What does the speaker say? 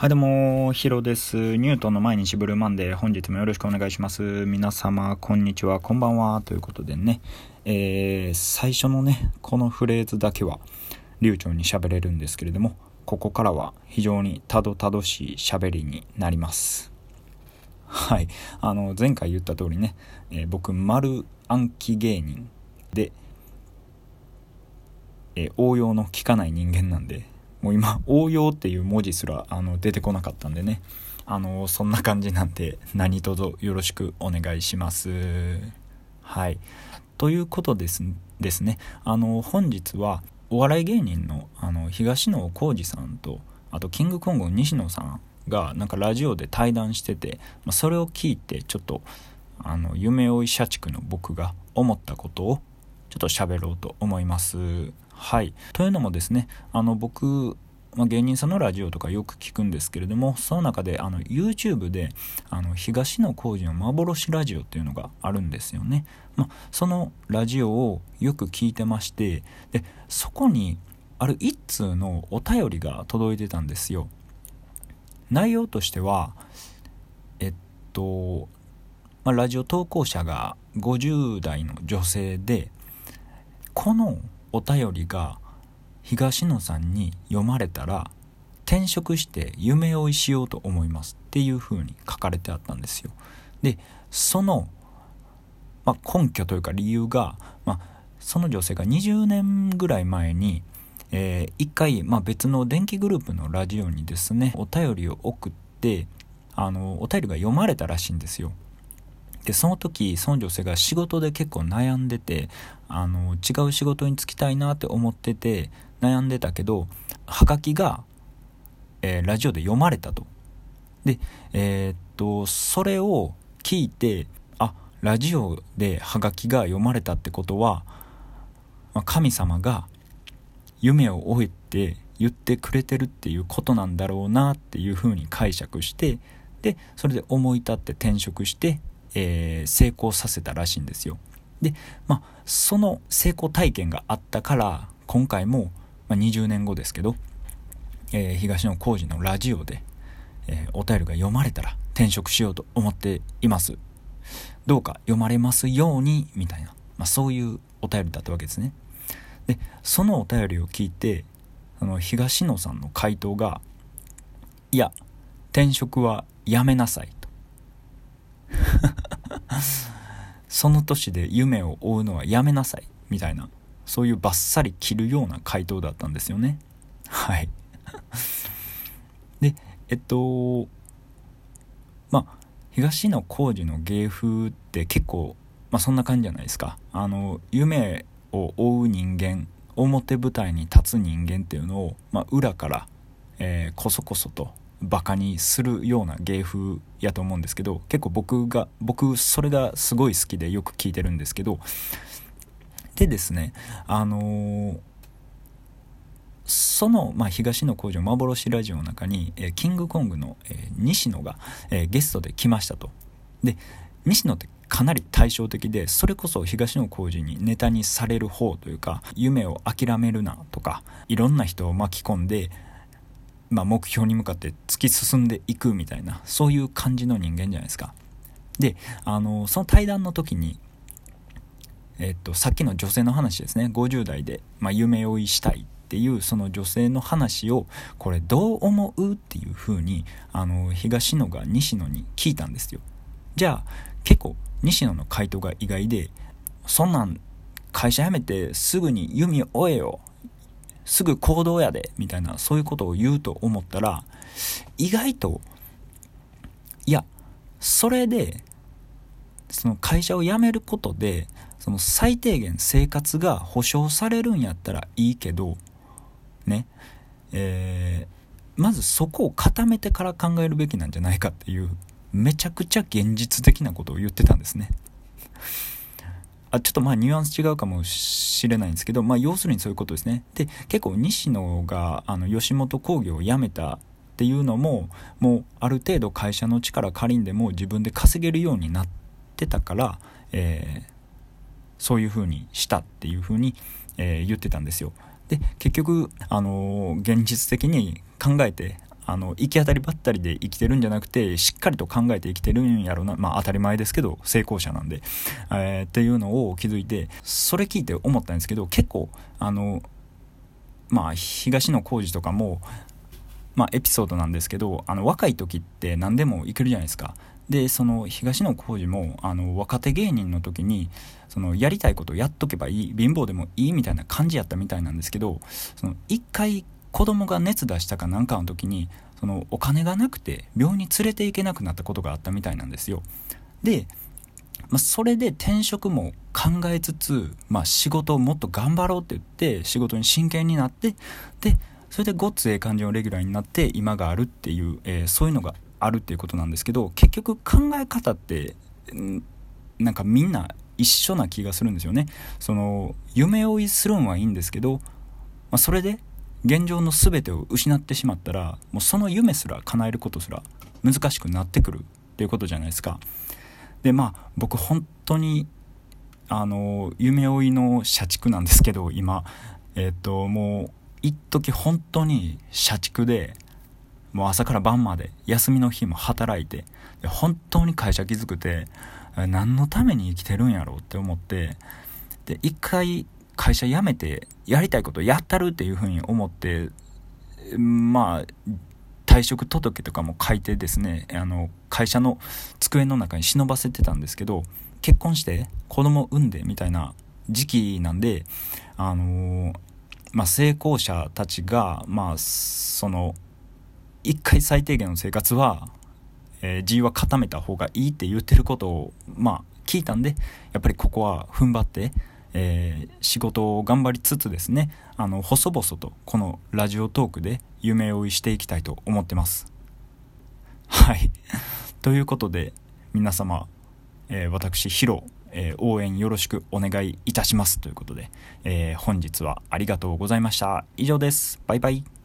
はい、どうもヒロです。ニュートンの毎日ブルーマンデー、本日もよろしくお願いします。皆様こんにちは、こんばんはということでね、最初のねこのフレーズだけは流暢に喋れるんですけれども、ここからは非常にたどたどしい喋りになります。はい、前回言った通りね、僕丸暗記芸人で、応用の効かない人間なんで、もう今応用っていう文字すら出てこなかったんでね、そんな感じなんで何卒よろしくお願いします。はい、ということですね。本日はお笑い芸人の東野幸治さんと、あとキングコングの西野さんがなんかラジオで対談してて、それを聞いてちょっと夢追い社畜の僕が思ったことをちょっと喋ろうと思います。はい、というのもですね、僕、芸人さんのラジオとかよく聞くんですけれども、その中でYouTube で東野幸治の幻ラジオっていうのがあるんですよね。そのラジオをよく聞いてまして、でそこにある一通のお便りが届いてたんですよ。内容としてはラジオ投稿者が50代の女性で、このお便りが東野さんに読まれたら転職して夢追いしようと思いますっていう風に書かれてあったんですよ。でその、根拠というか理由が、その女性が20年ぐらい前に、一回、別の電気グループのラジオにですねお便りを送って、お便りが読まれたらしいんですよ。でその時その女性が仕事で結構悩んでて、違う仕事に就きたいなって思ってて悩んでたけど、はがきが、ラジオで読まれたと。でそれを聞いて、ラジオではがきが読まれたってことは、神様が夢を追えって言ってくれてるっていうことなんだろうなっていうふうに解釈して、でそれで思い立って転職して成功させたらしいんですよ。で、その成功体験があったから今回も、20年後ですけど、東野幸治のラジオで、お便りが読まれたら転職しようと思っています。どうか読まれますようにみたいな、そういうお便りだったわけですね。でそのお便りを聞いて東野さんの回答が、いや転職はやめなさいとその年で夢を追うのはやめなさいみたいな、そういうバッサリ切るような回答だったんですよね。はいで東野幸治の芸風って結構、そんな感じじゃないですか。夢を追う人間、表舞台に立つ人間っていうのを、裏から、こそこそとバカにするような芸風やと思うんですけど、結構僕それがすごい好きでよく聞いてるんですけど、でですねその、東野幸治の幻ラジオの中に、キングコングの、西野が、ゲストで来ましたと。で西野ってかなり対照的で、それこそ東野幸治にネタにされる方というか、夢を諦めるなとか、いろんな人を巻き込んで、目標に向かって突き進んでいくみたいな、そういう感じの人間じゃないですか。でその対談の時にさっきの女性の話ですね、50代で、夢追いしたいっていうその女性の話を、これどう思うっていう風に東野が西野に聞いたんですよ。じゃあ結構西野の回答が意外で、そんなん会社辞めてすぐに夢を追えよ、すぐ行動やでみたいな、そういうことを言うと思ったら、意外といや、それでその会社を辞めることでその最低限生活が保障されるんやったらいいけどね、まずそこを固めてから考えるべきなんじゃないかっていう、めちゃくちゃ現実的なことを言ってたんですね。ちょっとニュアンス違うかもしれないんですけど、要するにそういうことですね。で結構西野が吉本興業を辞めたっていうのも、もうある程度会社の力借りんでも自分で稼げるようになってたから、そういう風にしたっていう風に、言ってたんですよ。で結局現実的に考えて行き当たりばったりで生きてるんじゃなくて、しっかりと考えて生きてるんやろうな、当たり前ですけど成功者なんで、っていうのを気づいて、それ聞いて思ったんですけど、結構東野幸治とかもエピソードなんですけど、若い時って何でもいけるじゃないですか。でその東野幸治も若手芸人の時にやりたいことやっとけばいい、貧乏でもいいみたいな感じやったみたいなんですけど、一回子供が熱出したかなんかの時にお金がなくて病院に連れて行けなくなったことがあったみたいなんですよ。で、それで転職も考えつつ、仕事をもっと頑張ろうって言って仕事に真剣になって、でそれでごっつええ感じのレギュラーになって今があるっていう、そういうのがあるっていうことなんですけど、結局考え方ってなんかみんな一緒な気がするんですよね。夢追いするんはいいんですけど、それで現状の全てを失ってしまったら、もうその夢すら叶えることすら難しくなってくるっていうことじゃないですか。で僕本当に夢追いの社畜なんですけど、今もう一時本当に社畜で、もう朝から晩まで休みの日も働いて、で本当に会社気づくて、何のために生きてるんやろうって思って、で一回会社辞めてやりたいことやったるっていうふうに思って、退職届とかも書いてですね、会社の机の中に忍ばせてたんですけど、結婚して子供産んでみたいな時期なんで、成功者たちが一回最低限の生活は、地は固めた方がいいって言ってることを聞いたんで、やっぱりここは踏ん張って、仕事を頑張りつつですね、細々とこのラジオトークで夢追いしていきたいと思ってます。はいということで皆様、私ヒロ、応援よろしくお願いいたしますということで、本日はありがとうございました。以上です。バイバイ。